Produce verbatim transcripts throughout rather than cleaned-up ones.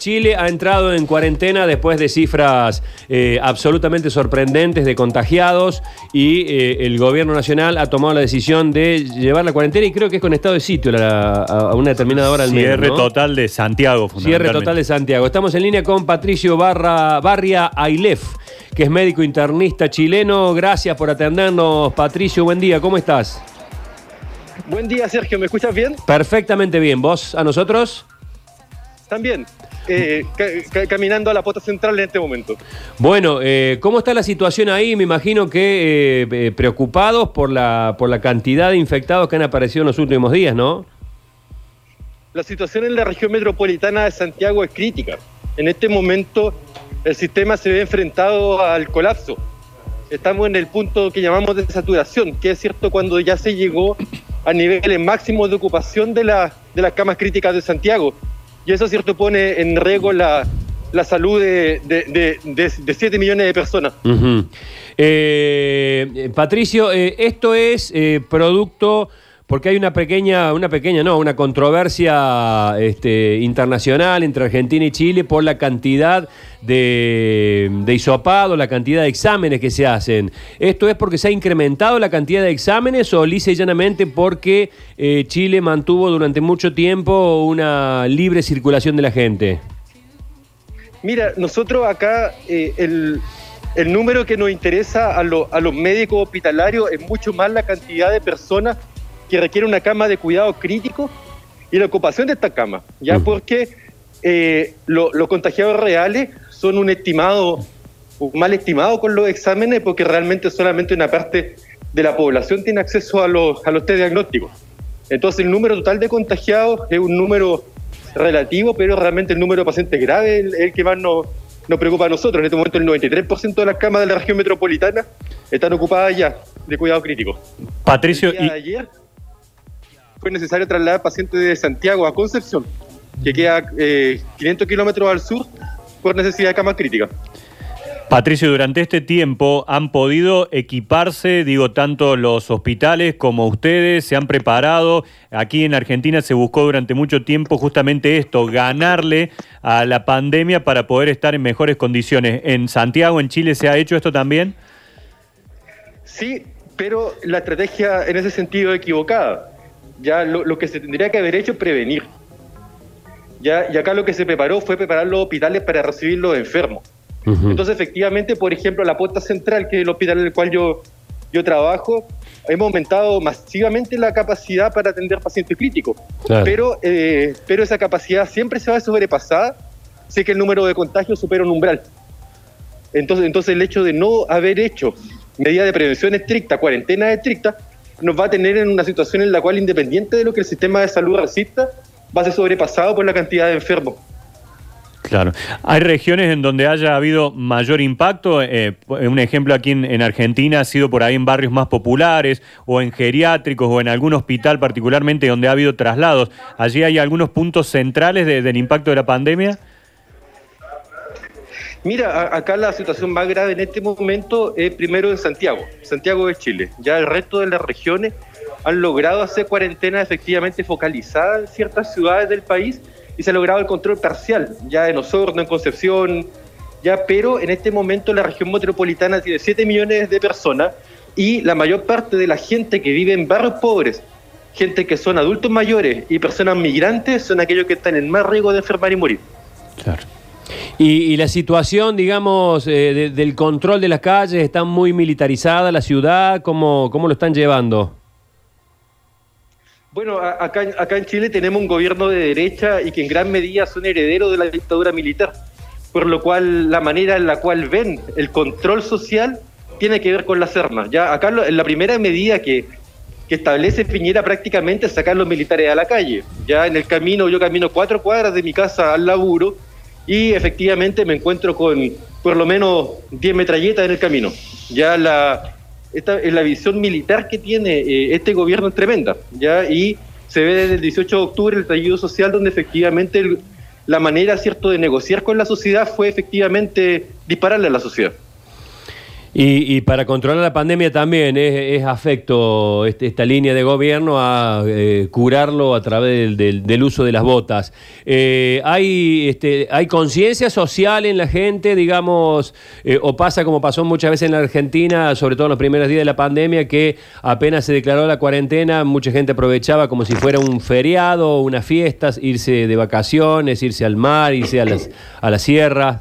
Chile ha entrado en cuarentena después de cifras eh, absolutamente sorprendentes de contagiados y eh, el gobierno nacional ha tomado la decisión de llevar la cuarentena y creo que es con estado de sitio la, a, a una determinada hora al menos, Cierre ¿no? total de Santiago, fundamentalmente. Cierre total de Santiago. Estamos en línea con Patricio Barra, Barria Ailef, que es médico internista chileno. Gracias por atendernos, Patricio. Buen día, ¿cómo estás? Buen día, Sergio, ¿me escuchas bien? Perfectamente bien. ¿Vos a nosotros? También, eh, ca ca caminando a la Pota Central en este momento. Bueno, eh, ¿cómo está la situación ahí? Me imagino que eh, eh, preocupados por la, por la cantidad de infectados que han aparecido en los últimos días, ¿no? La situación en la región metropolitana de Santiago es crítica. En este momento el sistema se ve enfrentado al colapso. Estamos en el punto que llamamos de saturación, que es cierto cuando ya se llegó a niveles máximos de ocupación de, la, de las camas críticas de Santiago. Y eso, cierto, pone en riesgo la, la salud de, de, de, de, de siete millones de personas. Uh-huh. eh, Patricio, eh, esto es eh, producto... Porque hay una pequeña, una pequeña, no, una controversia este, internacional entre Argentina y Chile por la cantidad de, de hisopado, la cantidad de exámenes que se hacen. ¿Esto es porque se ha incrementado la cantidad de exámenes o lisa y llanamente porque eh, Chile mantuvo durante mucho tiempo una libre circulación de la gente? Mira, nosotros acá eh, el, el número que nos interesa a, lo, a los médicos hospitalarios es mucho más la cantidad de personas que requiere una cama de cuidado crítico y la ocupación de esta cama, ya, porque eh, lo, los contagiados reales son un estimado, un mal estimado con los exámenes, porque realmente solamente una parte de la población tiene acceso a los, a los test diagnósticos. Entonces el número total de contagiados es un número relativo, pero realmente el número de pacientes graves es el que más nos, nos preocupa a nosotros. En este momento el noventa y tres por ciento de las camas de la región metropolitana están ocupadas ya de cuidado crítico. Patricio, el día de ayer fue necesario trasladar pacientes de Santiago a Concepción, que queda eh, quinientos kilómetros al sur, por necesidad de camas críticas. Patricio, durante este tiempo han podido equiparse, digo, tanto los hospitales como ustedes, se han preparado. Aquí en Argentina se buscó durante mucho tiempo justamente esto, ganarle a la pandemia para poder estar en mejores condiciones. ¿En Santiago, en Chile, se ha hecho esto también? Sí, pero la estrategia en ese sentido es equivocada. Ya lo, lo que se tendría que haber hecho es prevenir. Ya, y acá lo que se preparó fue preparar los hospitales para recibir los enfermos. Uh-huh. Entonces, efectivamente, por ejemplo, la Pota Central, que es el hospital en el cual yo, yo trabajo, hemos aumentado masivamente la capacidad para atender pacientes críticos. Claro. Pero, eh, pero esa capacidad siempre se va a sobrepasar si que el número de contagios supera un umbral. Entonces, entonces el hecho de no haber hecho medidas de prevención estricta, cuarentena estricta, nos va a tener en una situación en la cual, independiente de lo que el sistema de salud resista, va a ser sobrepasado por la cantidad de enfermos. Claro. ¿Hay regiones en donde haya habido mayor impacto? Eh, un ejemplo aquí en, en Argentina ha sido por ahí en barrios más populares, o en geriátricos, o en algún hospital particularmente donde ha habido traslados. ¿Allí hay algunos puntos centrales de, del impacto de la pandemia? Mira, a, acá la situación más grave en este momento es primero en Santiago, Santiago de Chile. Ya el resto de las regiones han logrado hacer cuarentena efectivamente focalizada en ciertas ciudades del país y se ha logrado el control parcial, ya en Osorno, en Concepción, ya, pero en este momento la región metropolitana tiene siete millones de personas y la mayor parte de la gente que vive en barrios pobres, gente que son adultos mayores y personas migrantes, son aquellos que están en más riesgo de enfermar y morir. Claro. Y, y la situación, digamos, eh, de, del control de las calles, ¿está muy militarizada la ciudad? ¿Cómo, cómo lo están llevando? Bueno, acá, acá en Chile tenemos un gobierno de derecha y que en gran medida son herederos de la dictadura militar, por lo cual la manera en la cual ven el control social tiene que ver con las armas. Ya acá lo, la primera medida que, que establece Piñera prácticamente es sacar los militares a la calle. Ya en el camino, yo camino cuatro cuadras de mi casa al laburo, y efectivamente me encuentro con por lo menos diez metralletas en el camino. Ya la, esta, la visión militar que tiene eh, este gobierno es tremenda, ¿ya? Y se ve desde el dieciocho de octubre el estallido social, donde efectivamente el, la manera, cierto, de negociar con la sociedad fue efectivamente dispararle a la sociedad. Y, y para controlar la pandemia también es, es afecto este, esta línea de gobierno a eh, curarlo a través del, del, del uso de las botas. Eh, ¿Hay, este, hay conciencia social en la gente, digamos, eh, o pasa como pasó muchas veces en la Argentina, sobre todo en los primeros días de la pandemia, que apenas se declaró la cuarentena, mucha gente aprovechaba como si fuera un feriado, unas fiestas, irse de vacaciones, irse al mar, irse a las, a la sierra?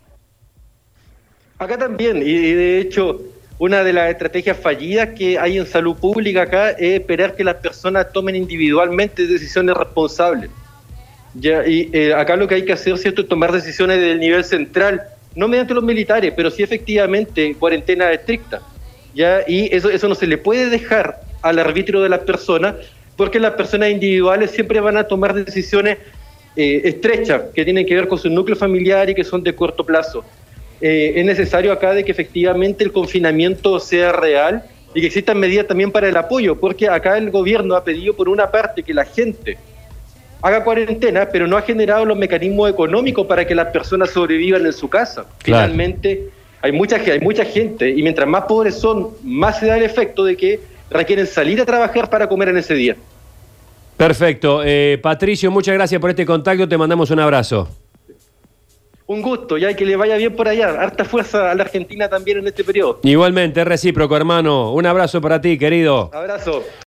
Acá también, y de hecho, una de las estrategias fallidas que hay en salud pública acá es esperar que las personas tomen individualmente decisiones responsables. Ya, y eh, acá lo que hay que hacer, ¿cierto?, es tomar decisiones del nivel central, no mediante los militares, pero sí efectivamente cuarentena estricta. Ya, y eso, eso no se le puede dejar al arbitrio de las personas, porque las personas individuales siempre van a tomar decisiones eh, estrechas, que tienen que ver con su núcleo familiar y que son de corto plazo. Eh, es necesario acá de que efectivamente el confinamiento sea real y que existan medidas también para el apoyo, porque acá el gobierno ha pedido por una parte que la gente haga cuarentena, pero no ha generado los mecanismos económicos para que las personas sobrevivan en su casa. Claro. Finalmente, hay mucha, hay mucha gente, y mientras más pobres son, más se da el efecto de que requieren salir a trabajar para comer en ese día. Perfecto. Eh, Patricio, muchas gracias por este contacto, te mandamos un abrazo. Un gusto, ya, y que le vaya bien por allá. Harta fuerza a la Argentina también en este periodo. Igualmente, es recíproco, hermano. Un abrazo para ti, querido. Abrazo.